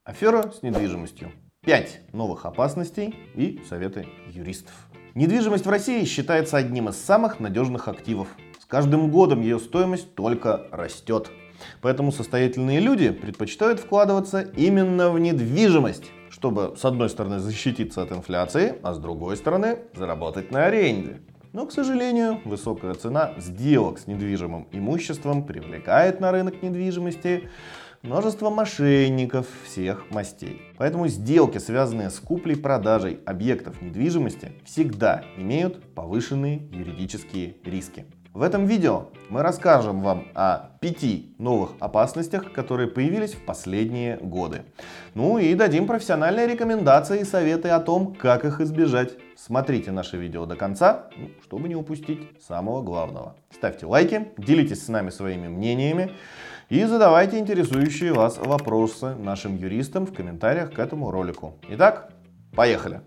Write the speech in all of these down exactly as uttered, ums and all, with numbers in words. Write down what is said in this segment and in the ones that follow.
Афера с недвижимостью. Пять новых опасностей и советы юристов. Недвижимость в России считается одним из самых надежных активов. С каждым годом ее стоимость только растет. Поэтому состоятельные люди предпочитают вкладываться именно в недвижимость, чтобы с одной стороны защититься от инфляции, а с другой стороны заработать на аренде. Но, к сожалению, высокая цена сделок с недвижимым имуществом привлекает на рынок недвижимости множество мошенников всех мастей. Поэтому сделки, связанные с куплей-продажей объектов недвижимости, всегда имеют повышенные юридические риски. В этом видео мы расскажем вам о пяти новых опасностях, которые появились в последние годы. Ну и дадим профессиональные рекомендации и советы о том, как их избежать. Смотрите наше видео до конца, чтобы не упустить самого главного. Ставьте лайки, делитесь с нами своими мнениями и задавайте интересующие вас вопросы нашим юристам в комментариях к этому ролику. Итак, поехали!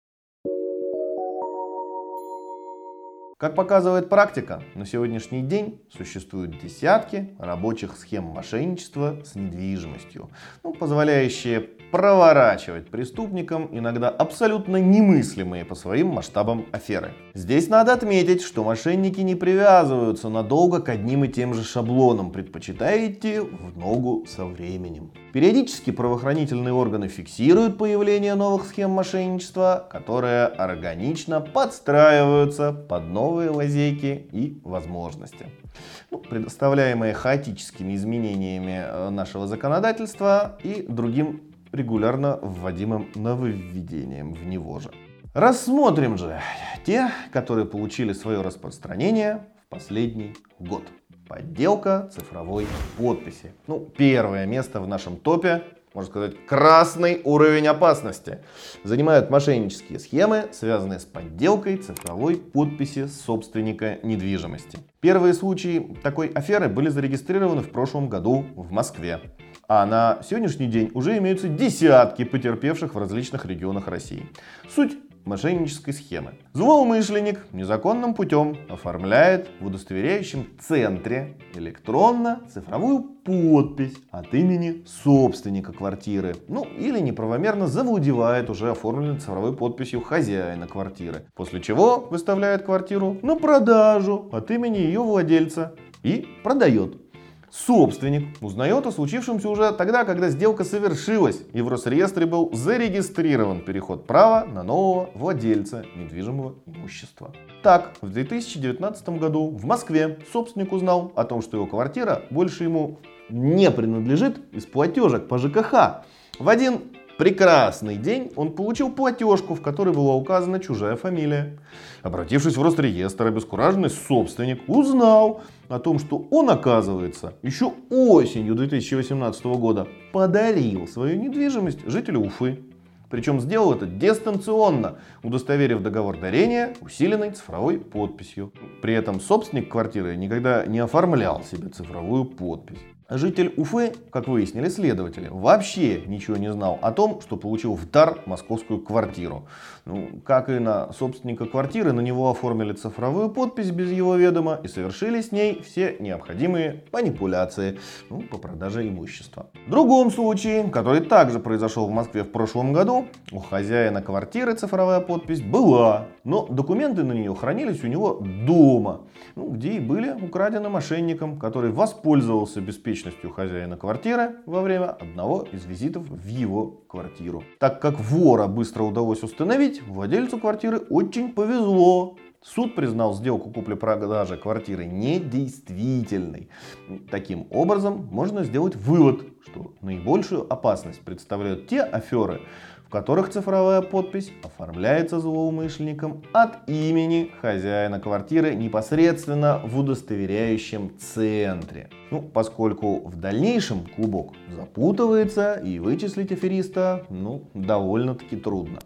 Как показывает практика, на сегодняшний день существуют десятки рабочих схем мошенничества с недвижимостью, ну, позволяющие проворачивать преступникам иногда абсолютно немыслимые по своим масштабам аферы. Здесь надо отметить, что мошенники не привязываются надолго к одним и тем же шаблонам, предпочитая идти в ногу со временем. Периодически правоохранительные органы фиксируют появление новых схем мошенничества, которые органично подстраиваются под новые лазейки и возможности. Ну, предоставляемые хаотическими изменениями нашего законодательства и другим регулярно вводимым нововведением в него же. Рассмотрим же те, которые получили свое распространение в последний год. Подделка цифровой подписи. Ну, первое место в нашем топе, можно сказать, красный уровень опасности, занимают мошеннические схемы, связанные с подделкой цифровой подписи собственника недвижимости. Первые случаи такой аферы были зарегистрированы в прошлом году в Москве. А на сегодняшний день уже имеются десятки потерпевших в различных регионах России. Суть мошеннической схемы. Злоумышленник незаконным путем оформляет в удостоверяющем центре электронно-цифровую подпись от имени собственника квартиры. Ну или неправомерно завладевает уже оформленной цифровой подписью хозяина квартиры. После чего выставляет квартиру на продажу от имени ее владельца и продает. Собственник узнает о случившемся уже тогда, когда сделка совершилась и в Росреестре был зарегистрирован переход права на нового владельца недвижимого имущества. Так, в две тысячи девятнадцатом году в Москве собственник узнал о том, что его квартира больше ему не принадлежит из платежек по ЖКХ. В один прекрасный день он получил платежку, в которой была указана чужая фамилия. Обратившись в Росреестр, обескураженный собственник узнал о том, что он, оказывается, еще осенью две тысячи восемнадцатого года подарил свою недвижимость жителю Уфы. Причем сделал это дистанционно, удостоверив договор дарения усиленной цифровой подписью. При этом собственник квартиры никогда не оформлял себе цифровую подпись. Житель Уфы, как выяснили следователи, вообще ничего не знал о том, что получил в дар московскую квартиру. Ну, как и на собственника квартиры, на него оформили цифровую подпись без его ведома и совершили с ней все необходимые манипуляции, ну, по продаже имущества. В другом случае, который также произошел в Москве в прошлом году, у хозяина квартиры цифровая подпись была, но документы на нее хранились у него дома, ну, где и были украдены мошенником, который воспользовался беспечностью хозяина квартиры во время одного из визитов в его квартиру. Так как вора быстро удалось установить, владельцу квартиры очень повезло. Суд признал сделку купли-продажи квартиры недействительной. Таким образом, можно сделать вывод, что наибольшую опасность представляют те аферы, в которых цифровая подпись оформляется злоумышленником от имени хозяина квартиры непосредственно в удостоверяющем центре. Ну, поскольку в дальнейшем клубок запутывается и вычислить афериста, ну, довольно-таки трудно.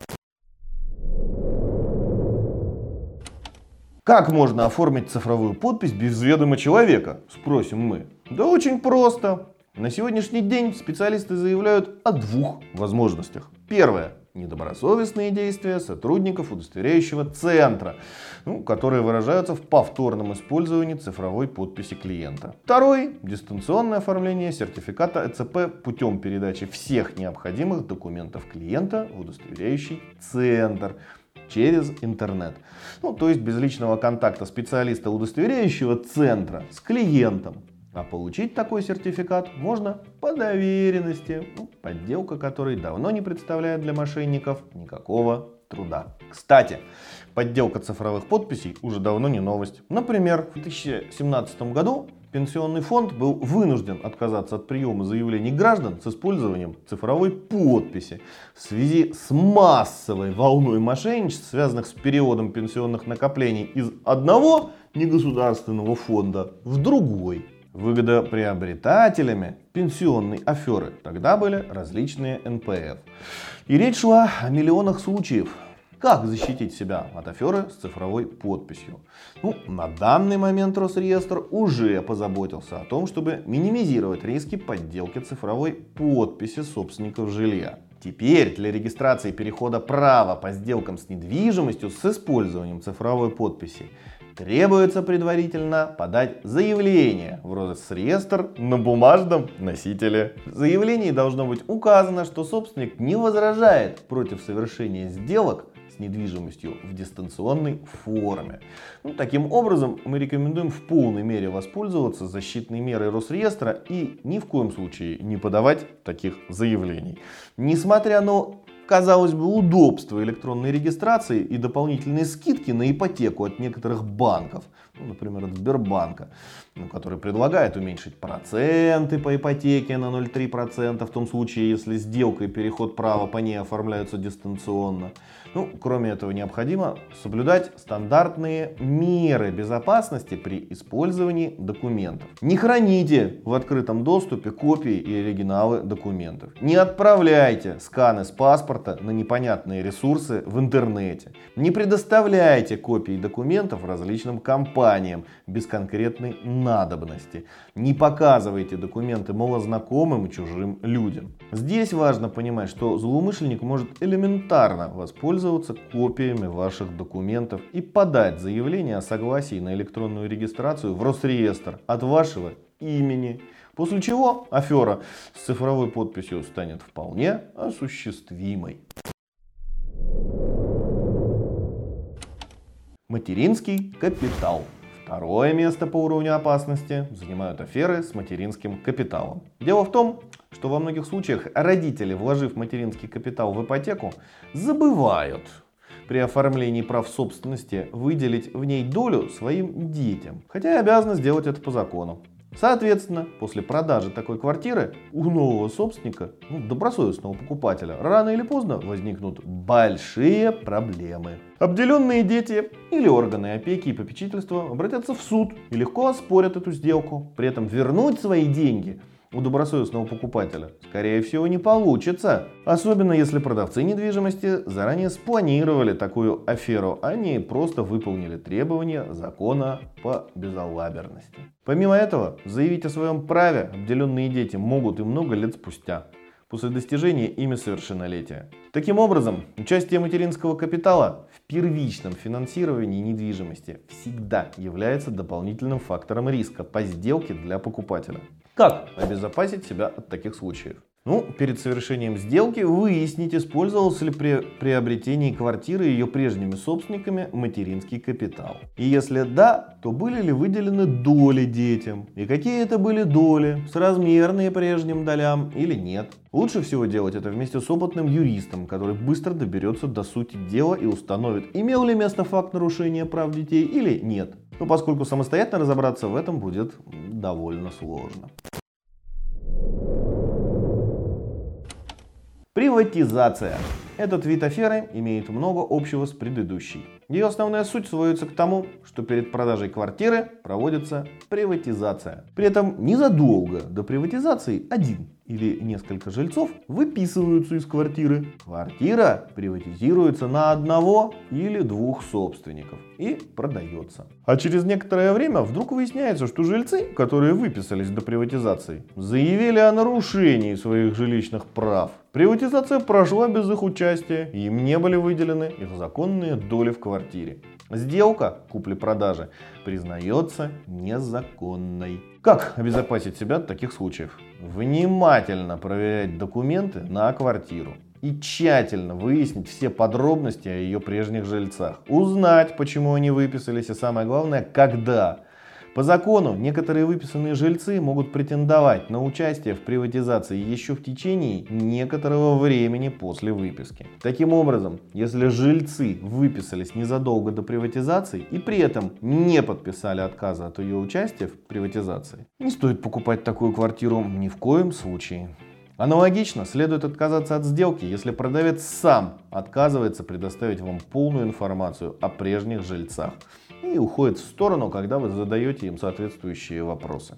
Как можно оформить цифровую подпись без ведома человека, спросим мы. Да очень просто. На сегодняшний день специалисты заявляют о двух возможностях. Первое. недобросовестные действия сотрудников удостоверяющего центра, ну, которые выражаются в повторном использовании цифровой подписи клиента. Второй – дистанционное оформление сертификата э цэ пэ путем передачи всех необходимых документов клиента в удостоверяющий центр через интернет. Ну, то есть без личного контакта специалиста удостоверяющего центра с клиентом. А получить такой сертификат можно по доверенности, ну, подделка которой давно не представляет для мошенников никакого труда. Кстати, подделка цифровых подписей уже давно не новость. Например, в две тысячи семнадцатом году Пенсионный фонд был вынужден отказаться от приема заявлений граждан с использованием цифровой подписи в связи с массовой волной мошенничеств, связанных с переводом пенсионных накоплений из одного негосударственного фонда в другой. Выгодоприобретателями пенсионной аферы тогда были различные эн пэ эф. И речь шла о миллионах случаев. Как защитить себя от аферы с цифровой подписью? Ну, на данный момент Росреестр уже позаботился о том, чтобы минимизировать риски подделки цифровой подписи собственников жилья. Теперь для регистрации перехода права по сделкам с недвижимостью с использованием цифровой подписи требуется предварительно подать заявление в Росреестр на бумажном носителе. В заявлении должно быть указано, что собственник не возражает против совершения сделок с недвижимостью в дистанционной форме. Ну, таким образом, мы рекомендуем в полной мере воспользоваться защитной мерой Росреестра и ни в коем случае не подавать таких заявлений. Несмотря на, казалось бы, удобство электронной регистрации и дополнительные скидки на ипотеку от некоторых банков, ну, например, от Сбербанка, ну, который предлагает уменьшить проценты по ипотеке на ноль целых три десятых процента в том случае, если сделка и переход права по ней оформляются дистанционно. Ну, кроме этого, необходимо соблюдать стандартные меры безопасности при использовании документов. Не храните в открытом доступе копии и оригиналы документов. Не отправляйте сканы с паспорта на непонятные ресурсы в интернете. Не предоставляйте копии документов различным компаниям без конкретной надобности. Не показывайте документы малознакомым и чужим людям. Здесь важно понимать, что злоумышленник может элементарно воспользоваться копиями ваших документов и подать заявление о согласии на электронную регистрацию в Росреестр от вашего имени. После чего афера с цифровой подписью станет вполне осуществимой. Материнский капитал. Второе место по уровню опасности занимают аферы с материнским капиталом. Дело в том, что во многих случаях родители, вложив материнский капитал в ипотеку, забывают при оформлении прав собственности выделить в ней долю своим детям, хотя и обязаны сделать это по закону. Соответственно, после продажи такой квартиры у нового собственника, ну, добросовестного покупателя, рано или поздно возникнут большие проблемы. Обделенные дети или органы опеки и попечительства обратятся в суд и легко оспорят эту сделку. При этом вернуть свои деньги у добросовестного покупателя, скорее всего, не получится. Особенно если продавцы недвижимости заранее спланировали такую аферу, а не просто выполнили требования закона по безалаберности. Помимо этого, заявить о своем праве обделенные дети могут и много лет спустя, после достижения ими совершеннолетия. Таким образом, участие материнского капитала в первичном финансировании недвижимости всегда является дополнительным фактором риска по сделке для покупателя. Как обезопасить себя от таких случаев? Ну, перед совершением сделки выяснить, использовался ли при приобретении квартиры ее прежними собственниками материнский капитал. И если да, то были ли выделены доли детям? И какие это были доли, соразмерные прежним долям или нет? Лучше всего делать это вместе с опытным юристом, который быстро доберется до сути дела и установит, имел ли место факт нарушения прав детей или нет. Но поскольку самостоятельно разобраться в этом будет довольно сложно. Приватизация. Этот вид аферы имеет много общего с предыдущей. Ее основная суть сводится к тому, что перед продажей квартиры проводится приватизация. При этом незадолго до приватизации один или несколько жильцов выписываются из квартиры. Квартира приватизируется на одного или двух собственников и продается. А через некоторое время вдруг выясняется, что жильцы, которые выписались до приватизации, заявили о нарушении своих жилищных прав. Приватизация прошла без их участия, и им не были выделены их законные доли в квартире. Сделка купли-продажи признается незаконной. Как обезопасить себя от таких случаев? Внимательно проверять документы на квартиру и тщательно выяснить все подробности о ее прежних жильцах. Узнать, почему они выписались, и самое главное, когда. По закону некоторые выписанные жильцы могут претендовать на участие в приватизации еще в течение некоторого времени после выписки. Таким образом, если жильцы выписались незадолго до приватизации и при этом не подписали отказа от ее участия в приватизации, не стоит покупать такую квартиру ни в коем случае. Аналогично следует отказаться от сделки, если продавец сам отказывается предоставить вам полную информацию о прежних жильцах и уходит в сторону, когда вы задаете им соответствующие вопросы.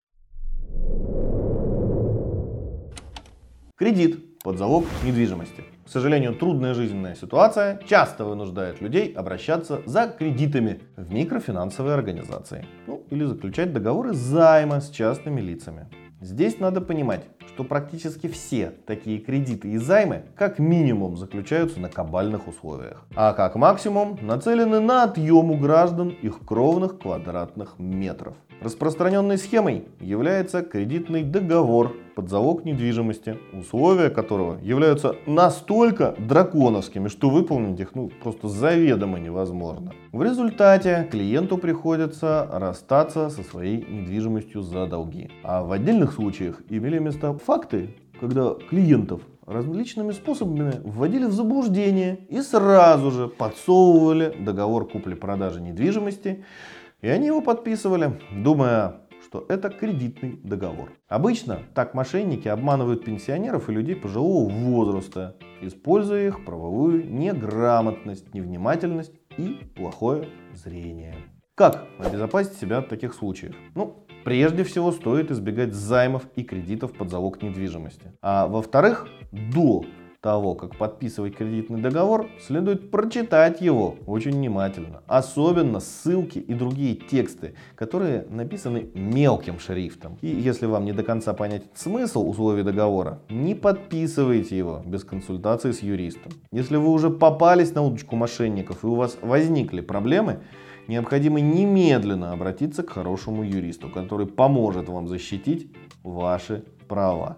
Кредит под залог недвижимости. К сожалению, трудная жизненная ситуация часто вынуждает людей обращаться за кредитами в микрофинансовые организации, ну, или заключать договоры займа с частными лицами. Здесь надо понимать, что практически все такие кредиты и займы как минимум заключаются на кабальных условиях, а как максимум нацелены на отъем у граждан их кровных квадратных метров. Распространенной схемой является кредитный договор под залог недвижимости, условия которого являются настолько драконовскими, что выполнить их ну, просто заведомо невозможно. В результате клиенту приходится расстаться со своей недвижимостью за долги. А в отдельных случаях имели место факты, когда клиентов различными способами вводили в заблуждение и сразу же подсовывали договор купли-продажи недвижимости, и они его подписывали, думая, что это кредитный договор. Обычно так мошенники обманывают пенсионеров и людей пожилого возраста, используя их правовую неграмотность, невнимательность и плохое зрение. Как обезопасить себя от таких случаев? Ну, прежде всего стоит избегать займов и кредитов под залог недвижимости. А во-вторых, до того, как подписывать кредитный договор, следует прочитать его очень внимательно. Особенно ссылки и другие тексты, которые написаны мелким шрифтом. И если вам не до конца понятен смысл условий договора, не подписывайте его без консультации с юристом. Если вы уже попались на удочку мошенников и у вас возникли проблемы, необходимо немедленно обратиться к хорошему юристу, который поможет вам защитить ваши права.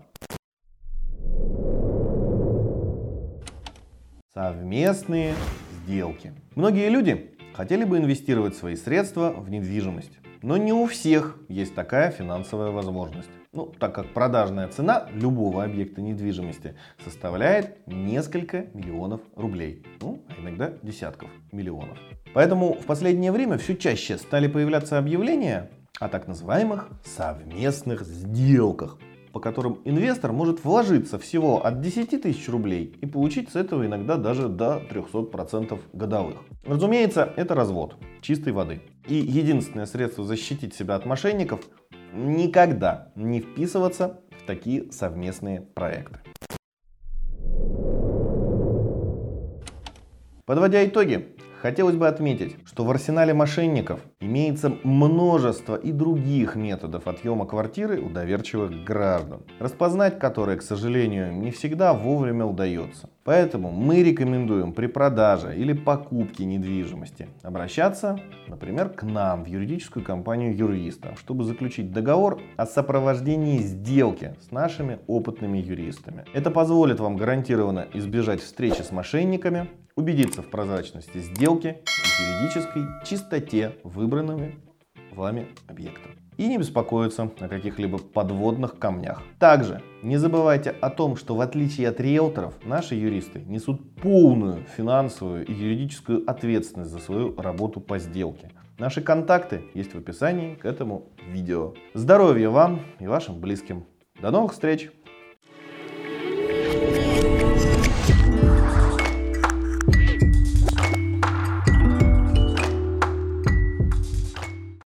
Совместные сделки. Многие люди хотели бы инвестировать свои средства в недвижимость, но не у всех есть такая финансовая возможность. Ну, так как продажная цена любого объекта недвижимости составляет несколько миллионов рублей, ну, а иногда десятков миллионов. Поэтому в последнее время все чаще стали появляться объявления о так называемых совместных сделках, по которым инвестор может вложиться всего от десяти тысяч рублей и получить с этого иногда даже до трёхсот процентов годовых. Разумеется, это развод чистой воды. И единственное средство защитить себя от мошенников – никогда не вписываться в такие совместные проекты. Подводя итоги, хотелось бы отметить, что в арсенале мошенников имеется множество и других методов отъема квартиры у доверчивых граждан, распознать которые, к сожалению, не всегда вовремя удается. Поэтому мы рекомендуем при продаже или покупке недвижимости обращаться, например, к нам в юридическую компанию Юрвиста, чтобы заключить договор о сопровождении сделки с нашими опытными юристами. Это позволит вам гарантированно избежать встречи с мошенниками, убедиться в прозрачности сделки и в юридической чистоте выбранными вами объекта. И не беспокоиться о каких-либо подводных камнях. Также не забывайте о том, что в отличие от риэлторов, наши юристы несут полную финансовую и юридическую ответственность за свою работу по сделке. Наши контакты есть в описании к этому видео. Здоровья вам и вашим близким. До новых встреч!